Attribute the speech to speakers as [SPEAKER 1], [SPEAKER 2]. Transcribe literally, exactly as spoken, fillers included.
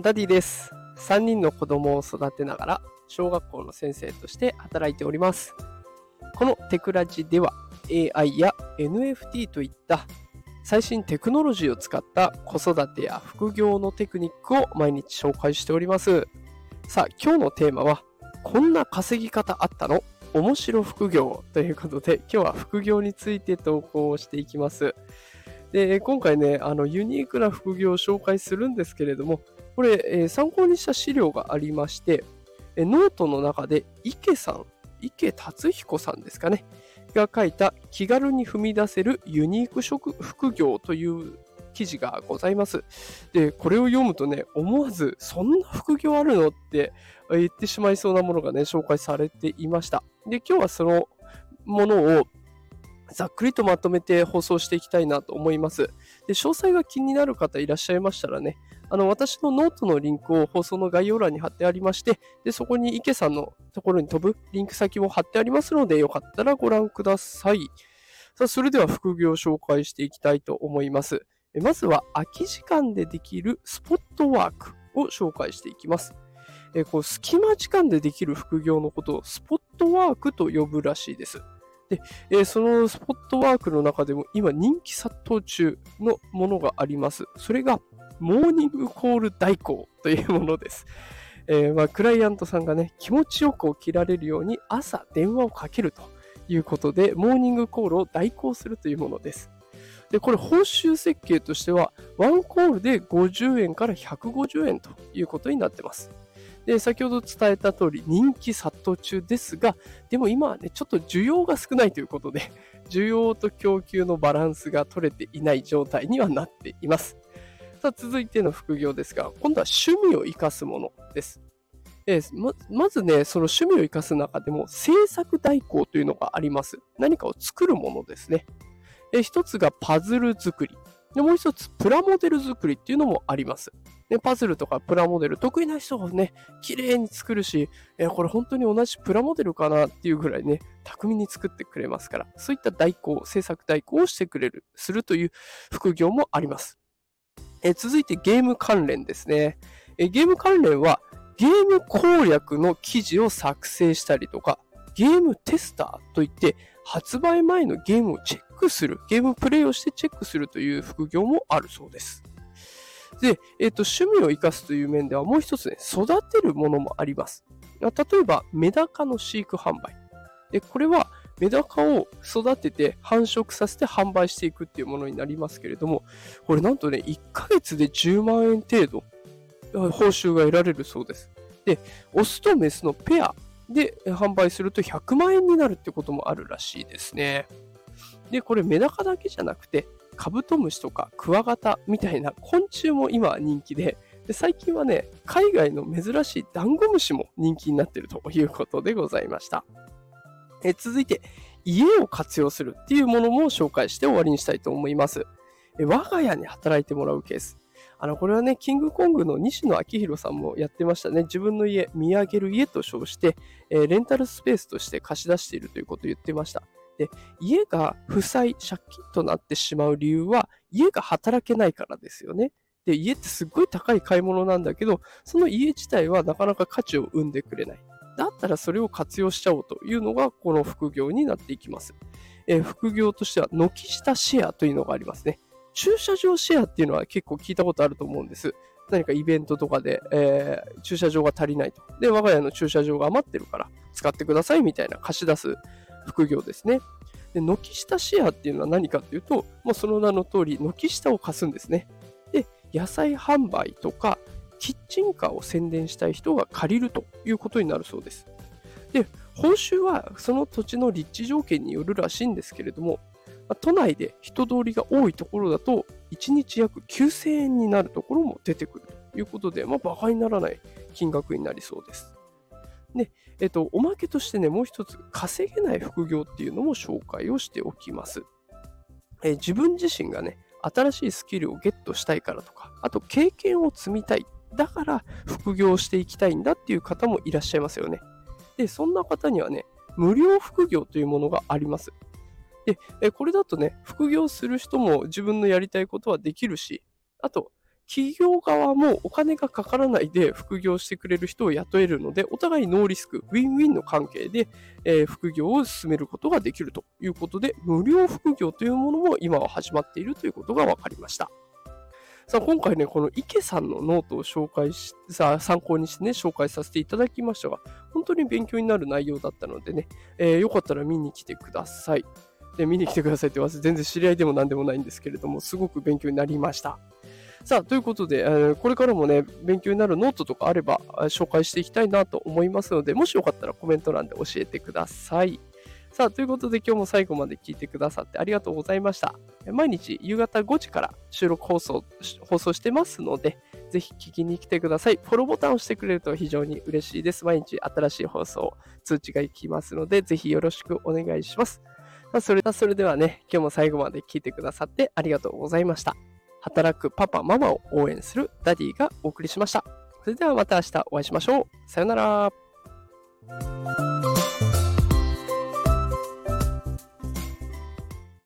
[SPEAKER 1] ダディです。さんにんの子供を育てながら小学校の先生として働いております。このテクラジでは エーアイ や エヌエフティー といった最新テクノロジーを使った子育てや副業のテクニックを毎日紹介しております。さあ、今日のテーマはこんな稼ぎ方あったの？面白副業ということで、今日は副業について投稿していきます。で、今回ね、あのユニークな副業を紹介するんですけれども、これ、えー参考にした資料がありまして、えーノートの中で池さん、池達彦さんですかね、が書いた気軽に踏み出せるユニーク職副業という記事がございます。で、これを読むとね、思わずそんな副業あるのって言ってしまいそうなものがね、紹介されていました。で、今日はそのものをざっくりとまとめて放送していきたいなと思います。で、詳細が気になる方いらっしゃいましたらね、あの私のノートのリンクを放送の概要欄に貼ってありまして、でそこに池さんのところに飛ぶリンク先も貼ってありますので、よかったらご覧ください。さあ、それでは副業を紹介していきたいと思います。えまずは空き時間でできるスポットワークを紹介していきます。えこう隙間時間でできる副業のことをスポットワークと呼ぶらしいです。で、えーそのスポットワークの中でも今人気殺到中のものがあります。それがモーニングコール代行というものです。えーまあ、クライアントさんがね、気持ちよく起きられるように朝電話をかけるということで、モーニングコールを代行するというものです。で、これ報酬設計としては、ワンコールでごじゅうえんからひゃくごじゅうえんということになってます。で、先ほど伝えた通り人気殺到中ですが、でも今はね、ちょっと需要が少ないということで、需要と供給のバランスが取れていない状態にはなっています。さあ、続いての副業ですが、今度は趣味を生かすものです。えーままずね、その趣味を生かす中でも制作代行というのがあります。何かを作るものですね。えー一つがパズル作り。で、もう一つ、プラモデル作りっていうのもあります。で、パズルとかプラモデル、得意な人がね、綺麗に作るし、えーこれ本当に同じプラモデルかなっていうぐらいね、巧みに作ってくれますから、そういった代行、制作代行をしてくれる、するという副業もあります。えー続いてゲーム関連ですね。えーゲーム関連はゲーム攻略の記事を作成したりとか、ゲームテスターといって発売前のゲームをチェックする、ゲームプレイをしてチェックするという副業もあるそうです。で、えっと、趣味を生かすという面ではもう一つね、育てるものもあります。例えば、メダカの飼育販売。で、これはメダカを育てて繁殖させて販売していくっていうものになりますけれども、これなんとね、いっかげつでじゅうまんえん程度、報酬が得られるそうです。で、オスとメスのペアで販売するとひゃくまんえんになるってこともあるらしいですね。で、これメダカだけじゃなくて、カブトムシとかクワガタみたいな昆虫も今は人気で、で最近はね、海外の珍しいダンゴムシも人気になっているということでございました。え続いて、家を活用するっていうものも紹介して終わりにしたいと思います。え我が家に働いてもらうケース。あの、これはね、キングコングの西野昭弘さんもやってましたね。自分の家、見上げる家と称して、えーレンタルスペースとして貸し出しているということを言ってました。で、家が負債、借金となってしまう理由は、家が働けないからですよね。で、家ってすっごい高い買い物なんだけど、その家自体はなかなか価値を生んでくれない。だったらそれを活用しちゃおうというのが、この副業になっていきます。えー副業としては、軒下シェアというのがありますね。駐車場シェアっていうのは結構聞いたことあると思うんです。何かイベントとかで、えー駐車場が足りないと。で、我が家の駐車場が余ってるから使ってくださいみたいな貸し出す副業ですね。で、軒下シェアっていうのは何かっていうと、もうその名の通り、軒下を貸すんですね。で、野菜販売とか、キッチンカーを宣伝したい人が借りるということになるそうです。で、報酬はその土地の立地条件によるらしいんですけれども、都内で人通りが多いところだと、いちにち約きゅうせんえんになるところも出てくるということで、まあ、馬鹿にならない金額になりそうです。で、えっと、おまけとしてね、もう一つ、稼げない副業っていうのも紹介をしておきます。えー自分自身がね、新しいスキルをゲットしたいからとか、あと経験を積みたい。だから副業をしていきたいんだっていう方もいらっしゃいますよね。で、そんな方にはね、無料副業というものがあります。で、えこれだとね、副業する人も自分のやりたいことはできるし、あと、 企業側もお金がかからないで副業してくれる人を雇えるので、お互いノーリスク、ウィンウィンの関係で、えー副業を進めることができるということで、無料副業というものも今は始まっているということが分かりました。さあ、今回ね、この池さんのノートを紹介し、さあ、参考にしてね、紹介させていただきましたが、本当に勉強になる内容だったのでね、えーよかったら見に来てください。で、見に来てくださいって言わせ全然知り合いでも何でもないんですけれども、すごく勉強になりました。さあ、ということで、えーこれからもね、勉強になるノートとかあれば、あ紹介していきたいなと思いますので、もしよかったらコメント欄で教えてください。さあ、ということで今日も最後まで聞いてくださってありがとうございました。毎日夕方ごじから収録放送、放送してますので、ぜひ聞きに来てください。フォローボタンを押してくれると非常に嬉しいです。毎日新しい放送、通知が行きますので、ぜひよろしくお願いします。さあそれそれではね、今日も最後まで聞いてくださってありがとうございました。働くパパ、ママを応援するダディがお送りしました。それではまた明日お会いしましょう。さよなら。